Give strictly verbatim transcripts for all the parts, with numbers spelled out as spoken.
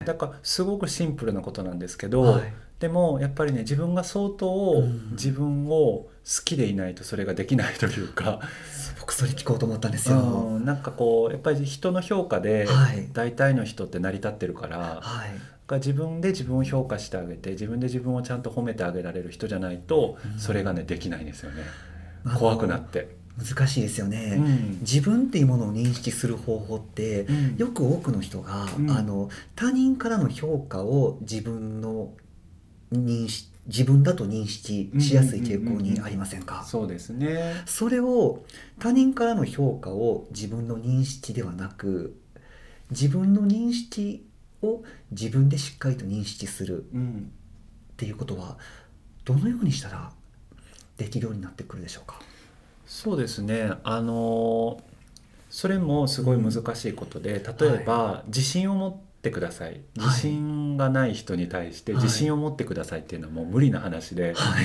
だからすごくシンプルなことなんですけど、 はい、 でもやっぱりね自分が相当自分を好きでいないとそれができないというか、 僕それ聞こうと思ったんですよ。 うん、なんかこうやっぱり人の評価ではい大体の人って成り立ってるから、 はいが自分で自分を評価してあげて自分で自分をちゃんと褒めてあげられる人じゃないとそれがねできないんですよね。怖くなって難しいですよね、 うん、 自分っていうものを認識する方法って、 うん、 よく多くの人が、 うん、 あの他人からの評価を自分の認識自分だと認識しやすい傾向にありませんか？ そうですね。 それを他人からの評価を自分の認識ではなく自分の認識を自分でしっかりと認識するっていうことはどのようにしたらできるようになってくるでしょうか？ そうですね、あのそれもすごい難しいことで、例えば、はい、自信を持ってください、自信がない人に対して自信を持ってくださいっていうのはもう無理な話で、はい、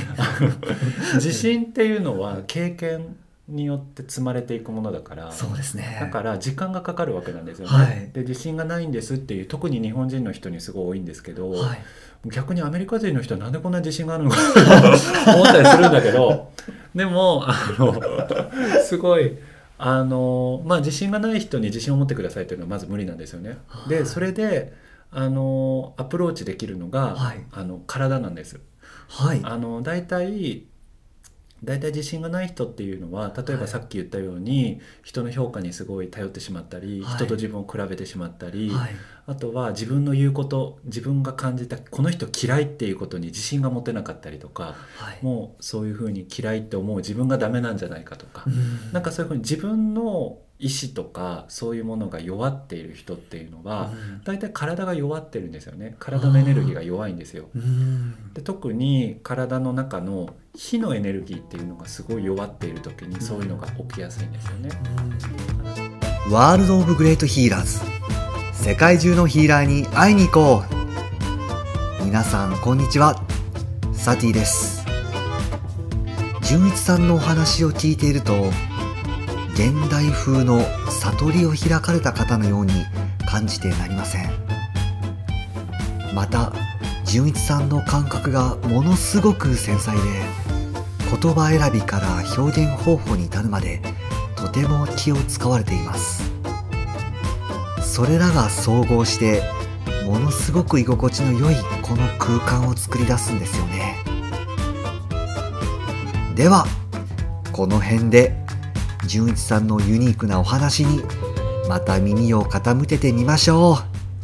自信っていうのは経験によって積まれていくものだから、 そうですね、 だから時間がかかるわけなんですよね、 はい、 で自信がないんですっていう特に日本人の人にすごい多いんですけど、 はい、 逆にアメリカ人の人はなんでこんな自信があるのか思ったりするんだけどでもあのすごいあの、まあ、自信がない人に自信を持ってくださいというのはまず無理なんですよね。でそれであのアプローチできるのが、はい、あの体なんです、はい、あのだいたいだいたい自信がない人っていうのは例えばさっき言ったように、はい、人の評価にすごい頼ってしまったり、はい、人と自分を比べてしまったり、はい、あとは自分の言うこと自分が感じたこの人嫌いっていうことに自信が持てなかったりとか、はい、もうそういうふうに嫌いって思う自分がダメなんじゃないかとか、うん、なんかそういうふうに自分の意志とかそういうものが弱っている人っていうのは、うん、だいたい体が弱ってるんですよね。体のエネルギーが弱いんですよ、うん、で特に体の中の火のエネルギーっていうのがすごい弱っている時にそういうのが起きやすいんですよね、 うん、ワールド・オブ・グレート・ヒーラーズ、世界中のヒーラーに会いに行こう。皆さんこんにちは、サティです。純一さんのお話を聞いていると現代風の悟りを開かれた方のように感じてなりません。また純一さんの感覚がものすごく繊細で言葉選びから表現方法に至るまでとても気を使われています。それらが総合してものすごく居心地の良いこの空間を作り出すんですよね。ではこの辺で純一さんのユニークなお話にまた耳を傾けてみましょう。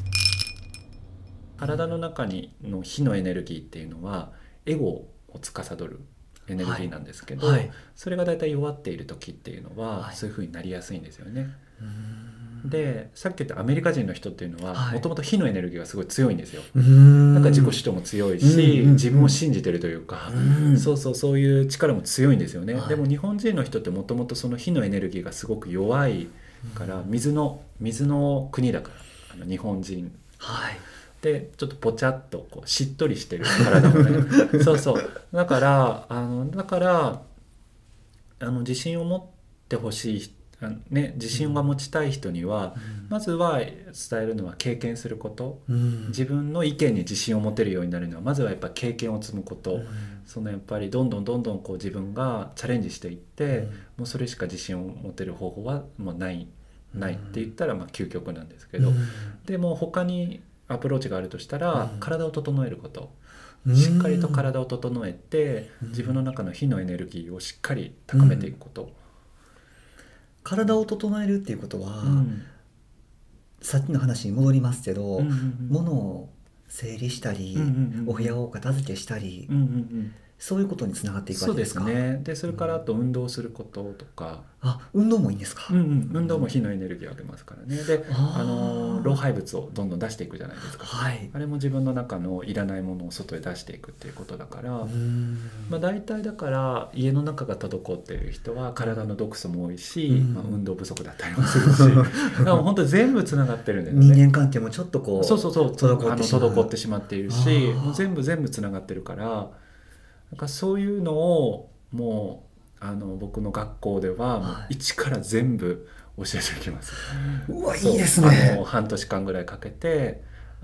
体の中にの火のエネルギーっていうのはエゴを司るエネルギーなんですけど、はいはい、それがだいたい弱っている時っていうのは、はい、そういう風になりやすいんですよね。うーんでさっき言ったアメリカ人の人っていうのはもともと火のエネルギーがすごい強いんですよ。うーんなんか自己主張も強いし、うん、自分を信じてるというか、うん、そうそうそういう力も強いんですよね、はい、でも日本人の人ってもともとその火のエネルギーがすごく弱いから水の水の国だからあの日本人、はいでちょっとぽちゃっとこうしっとりしてる体もねそうそうだからあのだからあの自信を持ってほしい、ね、自信が持ちたい人には、うん、まずは伝えるのは経験すること、うん、自分の意見に自信を持てるようになるのはまずはやっぱ経験を積むこと、うん、そのやっぱりどんどんどんどんこう自分がチャレンジしていって、うん、もうそれしか自信を持てる方法はもうないないって言ったらまあ究極なんですけど、うん、でも他にアプローチがあるとしたら、うん、体を整えること、しっかりと体を整えて、うん、自分の中の火のエネルギーをしっかり高めていくこと、うん、 体を整えるっていうことは、うん、さっきの話に戻りますけど、うんうんうん、物を整理したり、うんうんうん、お部屋を片付けしたり、うんうんうん、そういうことにつながっていくわけですか？ そうですね。でそれからあと運動することとか、 あ、運動もいいんですか？ うんうん、運動も火のエネルギーを上げますからね。で、あの老廃物をどんどん出していくじゃないですか、はい、あれも自分の中のいらないものを外へ出していくっていうことだから、うん、まあ、大体だから家の中が滞っている人は体の毒素も多いし、うん、まあ、運動不足だったりもするしだから本当に全部つながってるんだよね。 人間関係もちょっとこうそうそうそう滞ってしまう、 滞ってしまっているし、もう全部全部つながってるからなんかそういうのをもうあの僕の学校ではもう一から全部教えていきます、 はい、うわいいですね。 あの半年間ぐらいかけて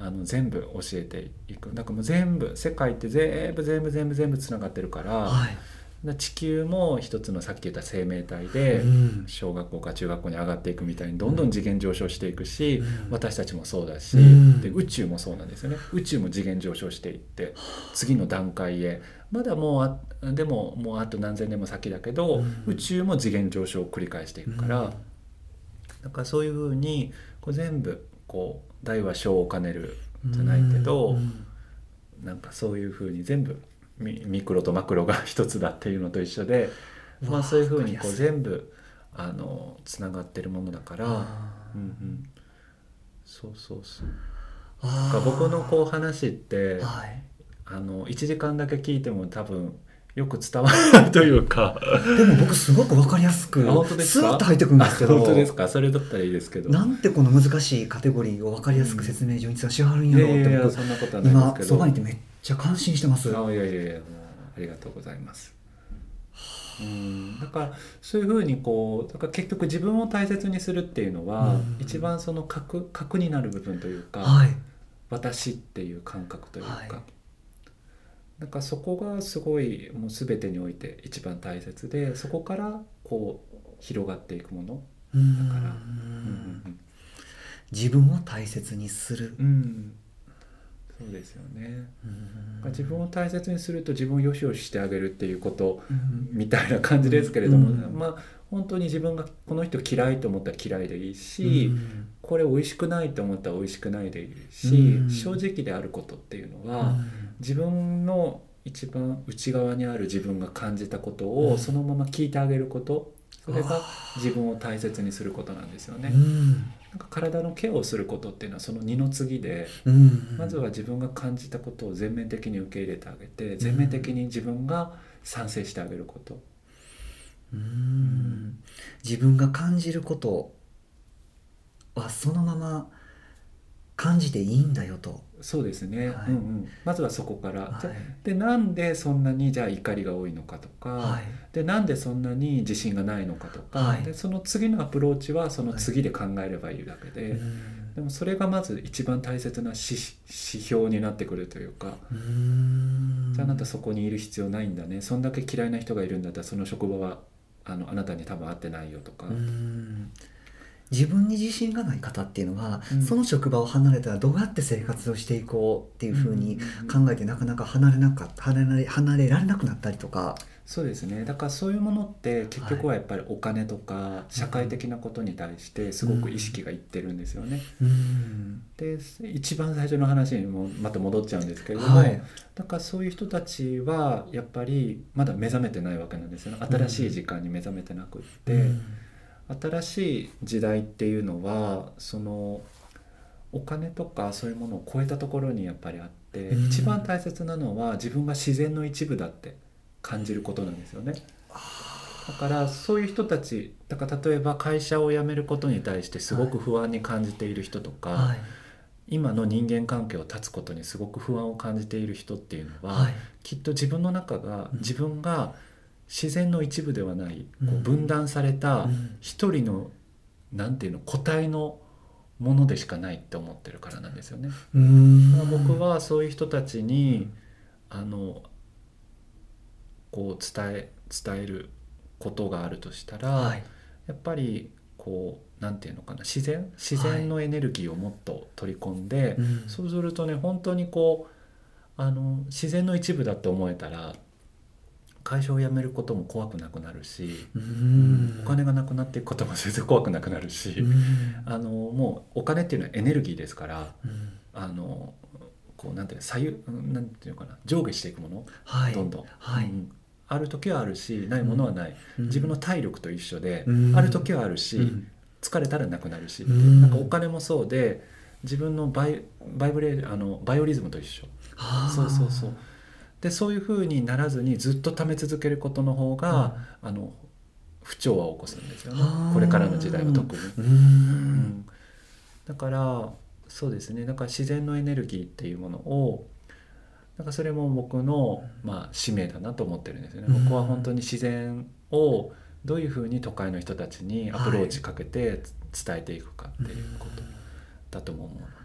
あの全部教えていく。だからもう全部世界って全部全部全部全部つながってるから、はい、地球も一つのさっき言った生命体で、うん、小学校か中学校に上がっていくみたいにどんどん次元上昇していくし、うん、私たちもそうだし、うん、で宇宙もそうなんですよね。宇宙も次元上昇していって次の段階へ、まだもうあでももうあと何千年も先だけど、うん、宇宙も次元上昇を繰り返していくから、うん、だからそういうふうにこう全部こう大は小を兼ねるじゃないけど、うん、なんかそういうふうに全部ミ, ミクロとマクロが一つだっていうのと一緒で、まあ、そういうふうにこう全部あのつながってるものだから、うんうん、そうそうそう。あ僕のこう話って、はい、あのいちじかんだけ聞いても多分よく伝わらないというかでも僕すごく分かりやすくスーッと入ってくるんですけど。 本当ですか。それだったらいいですけど、 なんてこの難しいカテゴリーを分かりやすく説明順一さんしはるんやろうって、 うん、いやいやそんなことはないですけど、 今そばにいてめっちゃ感心してます。 あいやいやいやもうありがとうございます。うんだからそういうふうにこうだから結局自分を大切にするっていうのは、うん、一番その核、核になる部分というか、はい、私っていう感覚というか、はい、なんかそこがすごいもう全てにおいて一番大切で、そこからこう広がっていくものだから、うんうんうん、 自分を大切にする、 うん、そうですよね。自分を大切にすると自分をよしよししてあげるっていうことみたいな感じですけれども、うんうん、まあ本当に自分がこの人嫌いと思ったら嫌いでいいし、うん、これ美味しくないと思ったら美味しくないでいいし、うん、正直であることっていうのは、うん、自分の一番内側にある自分が感じたことをそのまま聞いてあげること、それが自分を大切にすることなんですよね。うんなんか体のケアをすることっていうのはその二の次で、うんうん、まずは自分が感じたことを全面的に受け入れてあげて、全面的に自分が賛成してあげること、 うんうん、自分が感じることはそのまま感じていいんだよと。 そうですね、はいうんうん、まずはそこから、はい、でなんでそんなにじゃあ怒りが多いのかとか、はい、でなんでそんなに自信がないのかとか、はい、でその次のアプローチはその次で考えればいいだけで、はい、でもそれがまず一番大切な 指, 指標になってくるというか、うーんじゃああなたそこにいる必要ないんだね、そんだけ嫌いな人がいるんだったらその職場はあのあなたに多分合ってないよとか、うーん自分に自信がない方っていうのは、うん、その職場を離れたらどうやって生活をしていこうっていうふうに考えてなかなか離れなかった離れ、離れられなくなったりとか。 そうですね。だからそういうものって結局はやっぱりお金とか社会的なことに対してすごく意識がいってるんですよね、うん、で一番最初の話にもまた戻っちゃうんですけれども、はい、だからそういう人たちはやっぱりまだ目覚めてないわけなんですよね。新しい時間に目覚めてなくって、うん新しい時代っていうのはそのお金とかそういうものを超えたところにやっぱりあって、うん、一番大切なのは自分が自然の一部だって感じることなんですよね。だからそういう人たちだから例えば会社を辞めることに対してすごく不安に感じている人とか、はい、今の人間関係を断つことにすごく不安を感じている人っていうのは、はい、きっと自分の中が、うん、自分が自然の一部ではない、こう分断された一人の、うん、なんていうの個体のものでしかないって思ってるからなんですよね。うーん僕はそういう人たちにあのこう伝え伝えることがあるとしたら、はい、やっぱりこうなんていうのかな自然自然のエネルギーをもっと取り込んで、はいうん、そうするとね本当にこうあの自然の一部だって思えたら会社を辞めることも怖くなくなるし、うん、お金がなくなっていくことも全然怖くなくなるし、うん、あのもうお金っていうのはエネルギーですから、うん、あのこうなんていうの左右なんていうのかな上下していくもの、はい、どんどん、はいうん、ある時はあるしないものはない、うん、自分の体力と一緒で、うん、ある時はあるし、うん、疲れたらなくなるしって、うん、なんかお金もそうで自分のバイ、バイブレあのバイオリズムと一緒そうそうそうでそういう風にならずにずっと溜め続けることの方が、うん、あの不調和を起こすんですよねこれからの時代は特にうん、うん、だからそうですねだから自然のエネルギーっていうものをなんかそれも僕の、まあ、使命だなと思ってるんですよね、うん、僕は本当に自然をどういう風に都会の人たちにアプローチかけて伝えていくかっていうことだとも思うので、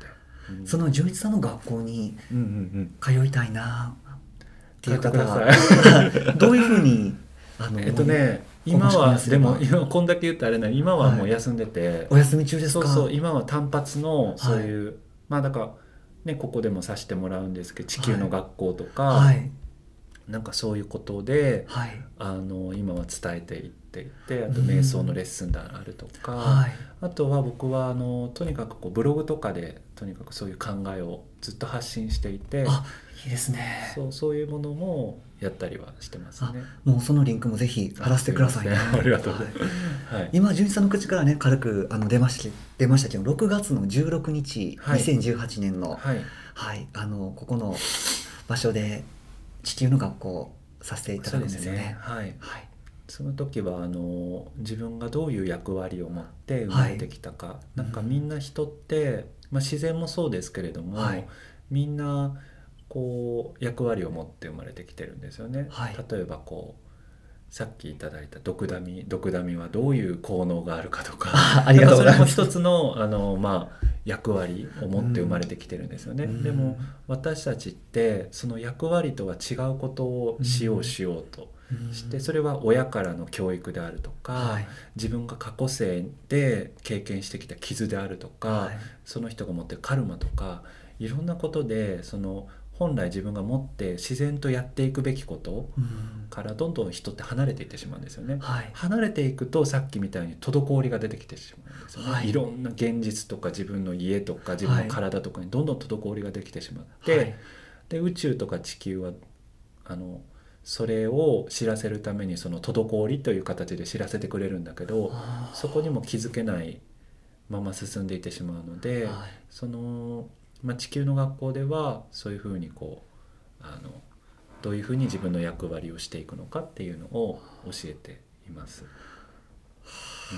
うん、その純一さんの学校に通いたいなっていう方は、 うんうん、 どういうふうにあのえっとね今はでも今こんだけ言うとあれな今はもう休んでて、はい、 お休み中ですか？ そうそう今は単発のそういう、はい、まあだからねここでもさせてもらうんですけど地球の学校とか、はい、なんかそういうことで、はい、あの今は伝えていっていてあと瞑想のレッスンであるとか、はい、あとは僕はあのとにかくこうブログとかでとにかくそういう考えをずっと発信していてあいいですね。 そう、そういうものもやったりはしてますね。 もうそのリンクもぜひ貼らせてくださいね。 ありがとうございます、 はいはい、今純一さんの口からね軽くあの出ました出ましたけどろくがつのじゅうろくにち、はい、にせんじゅうはちねんの、はいはい、あのここの場所で地球の学校をさせていただくんですよね。 はい、はい、その時はあの自分がどういう役割を持って生まれてきたか、はい、なんかみんな人って、まあ、自然もそうですけれども、はい、みんなこう役割を持って生まれてきてるんですよね、はい、例えばこうさっきいただいたドクダミドクダミはどういう効能があるかとかありがとうございます。 それも一つの、あの、まあ、役割を持って生まれてきてるんですよね、うん、でも私たちってその役割とは違うことをしようしようとして、それは親からの教育であるとか、はい、自分が過去世で経験してきた傷であるとか、はい、その人が持ってるカルマとかいろんなことでその本来自分が持って自然とやっていくべきことからどんどん人って離れていってしまうんですよね、はい、離れていくとさっきみたいに滞りが出てきてしまうんですよね、はい、いろんな現実とか自分の家とか自分の体とかにどんどん滞りができてしまって、はい、で宇宙とか地球はあのそれを知らせるためにその滞りという形で知らせてくれるんだけどそこにも気づけないまま進んでいってしまうので、はい、そのまあ、地球の学校ではそういうふうにこうあのどういうふうに自分の役割をしていくのかっていうのを教えています、 うん、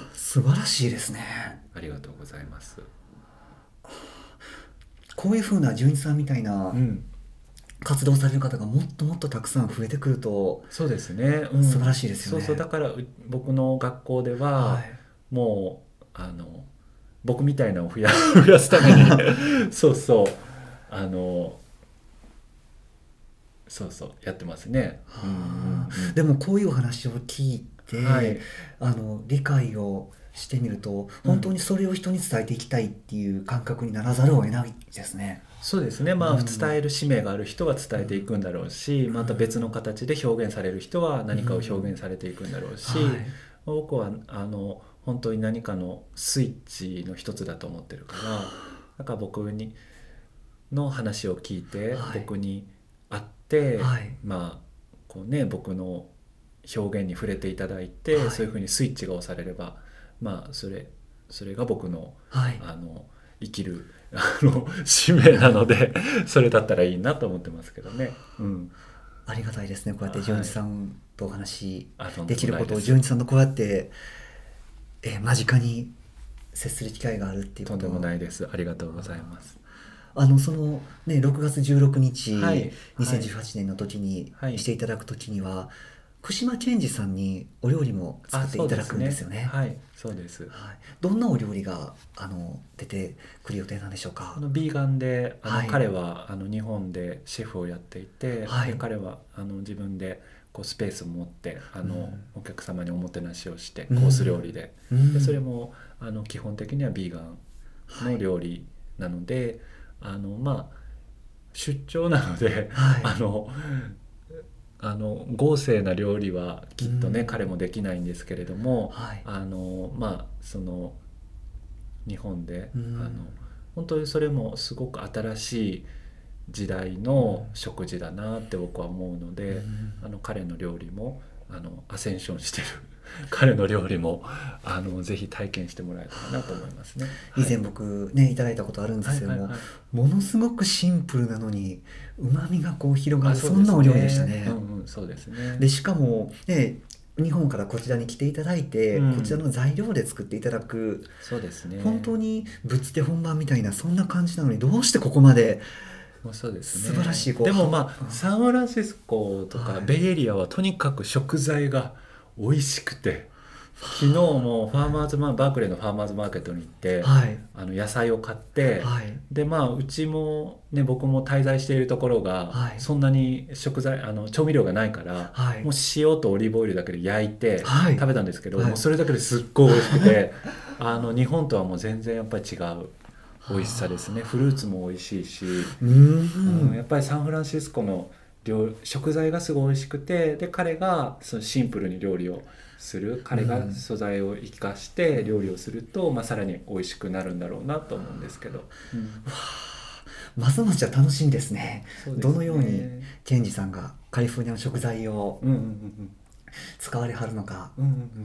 素晴らしいですね。 ありがとうございます。 こういうふうな純一さんみたいな、うん、活動される方がもっともっとたくさん増えてくるとそうですね、 うん、素晴らしいですよね。 そうそうだから僕の学校では、はい、もうあの僕みたいなのを増や、増やすためにそうそうあのそうそうやってますね、 うんうん、でもこういうお話を聞いて、はい、あの理解をしてみると本当にそれを人に伝えていきたいっていう感覚にならざるを得ないですね。 そうですね、まあ、うん、伝える使命がある人は伝えていくんだろうし、うん、また別の形で表現される人は何かを表現されていくんだろうし、うんはい、僕はあの本当に何かのスイッチの一つだと思ってるからなんか僕にの話を聞いて、はい、僕に会って、はい、まあこうね僕の表現に触れていただいて、はい、そういうふうにスイッチが押されればまあそれそれが僕の、はい、あの生きるあの使命なのでそれだったらいいなと思ってますけどね、うん、 ありがたいですね。こうやって純一さんとお話できることを純一さんとこうやってえー、間近に接する機会があるっていうこととんでもないです。ありがとうございます。 あのその、ね、ろくがつじゅうろくにち、はい、にせんじゅうはちねんの時に、はい、していただく時には串間チェンジさんにお料理も作っていただくんですよね。 はい、そうです、 はい、どんなお料理があの出てくる予定なんでしょうか？ あのビーガンであの、はい、彼はあの日本でシェフをやっていて、はい、で彼はあの自分でこうスペースを持ってあの、うん、お客様におもてなしをしてコース料理で、うん、でそれもあの基本的にはビーガンの料理なので、はい、あのまあ出張なので、はい、あのあの豪勢な料理はきっとね、うん、彼もできないんですけれども、はい、あのまあその日本で、うん、あの本当にそれもすごく新しい時代の食事だなって僕は思うので、うん、あの彼の料理もあのアセンションしてる彼の料理もあのぜひ体験してもらえたらなと思いますね。 以前僕ねいただいたことあるんですけども、はいはいはい、ものすごくシンプルなのに旨味がこう広がる そ,、ね、そんなお料理でしたね。 うんうん、そうですね。 でしかもね日本からこちらに来ていただいて、うん、こちらの材料で作っていただく、 そうですね、 本当にぶつ手本番みたいなそんな感じなのにどうしてここまでそうですね、 素晴らしいこうでもまあサンフランシスコとかベイエリアはとにかく食材が美味しくて昨日もファーマーズマーバークレーのファーマーズマーケットに行って、はい、あの野菜を買って、はい、でまあうちもね僕も滞在しているところが、はい、そんなに食材あの調味料がないから、はい、もう塩とオリーブオイルだけで焼いて食べたんですけど、はい、もうそれだけですっごい美味しくてあの日本とはもう全然やっぱり違う美味しさですね。フルーツも美味しいし、うん、やっぱりサンフランシスコの料食材がすごい美味しくて、で彼がそのシンプルに料理をする彼が素材を生かして料理をすると、まあ、さらに美味しくなるんだろうなと思うんですけど、うん、わますますは楽しみですね。ですね。どのようにケンジさんがカリフォルニアの食材を使われはるのか、うんうんうんうん、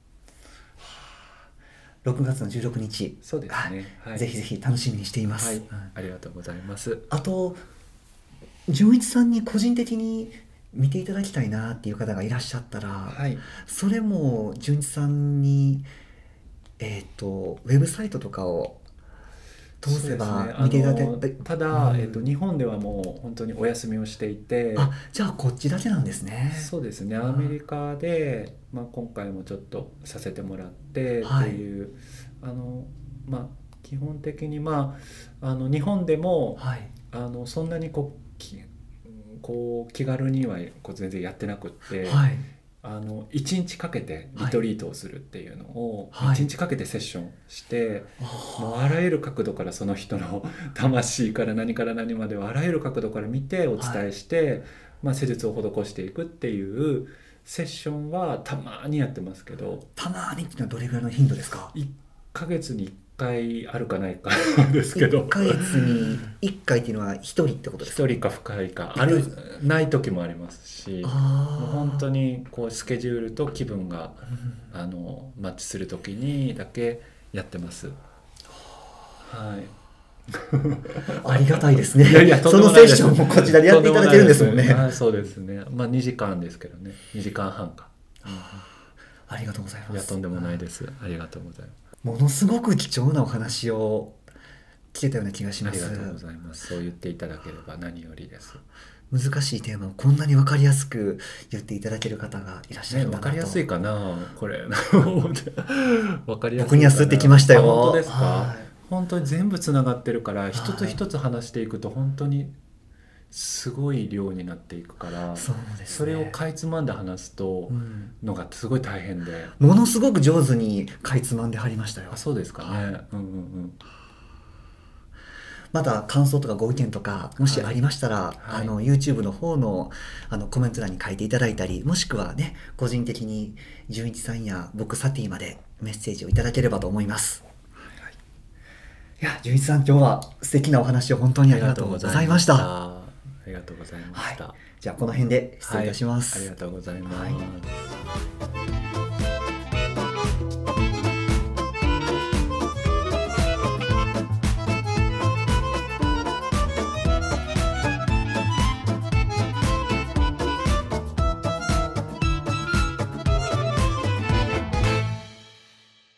ろくがつのじゅうろくにち、 そうですね、はい、 ぜひぜひ楽しみにしています、 はい、ありがとうございます。 あと純一さんに個人的に見ていただきたいなっていう方がいらっしゃったら、はい、それも純一さんに、えーと、ウェブサイトとかを通せば見ていただいて、 ただ、うんえーと、日本ではもう本当にお休みをしていて、 あ、じゃあこっちだけなんですね。 そうですね、アメリカで、まあ、今回もちょっとさせてもらってっていう、はい、あのまあ基本的に、まあ、あの日本でも、はい、あのそんなにこうこう気軽にはこう全然やってなくって、はい、あのいちにちかけてリトリートをするっていうのを、はい、いちにちかけてセッションして、はい、もうあらゆる角度からその人の魂から何から何までをあらゆる角度から見てお伝えして、はいまあ、施術を施していくっていうセッションはたまにやってますけど。 たまにっていうのはどれぐらいの頻度ですか？ いっかげつにいっかいあるかないかですけど、 いっかげつにいっかいっていうのはひとりってことですか？ ひとりかふたりかあるない時もありますし、もう本当にこうスケジュールと気分が、うん、あのマッチする時にだけやってます。はいありがたいですね。いやいやそのセッションもこちらでやっていただけるんですもんね。 あ、そうですね。まあにじかんですけどね、にじかんはんか、うん、 ありがとうございます。 いやとんでもないです。ありがとうございます。 ものすごく貴重なお話を聞けたような気がします。 ありがとうございます。そう言っていただければ何よりです。 難しいテーマをこんなに分かりやすく言っていただける方がいらっしゃるんだなと、ね、分かりやすいかなこれ分かりやすいかな。 僕には吸ってきましたよ。 本当ですか？本当に全部つながってるから一つ一つ話していくと本当にすごい量になっていくから、 そうですね、それをかいつまんで話すとのがすごい大変で、 うん、ものすごく上手にかいつまんではりましたよ。 あ、そうですかね、はい、うんうんうん。 また感想とかご意見とかもしありましたら、はい、あの YouTube の方の、あのコメント欄に書いていただいたり、もしくはね個人的に純一さんや僕サティまでメッセージをいただければと思います。はい、いや純一さん、今日は素敵なお話を本当にありがとうございました。 ありがとうございました。 はい、じゃあこの辺で失礼いたします。 はい、ありがとうございます。はい。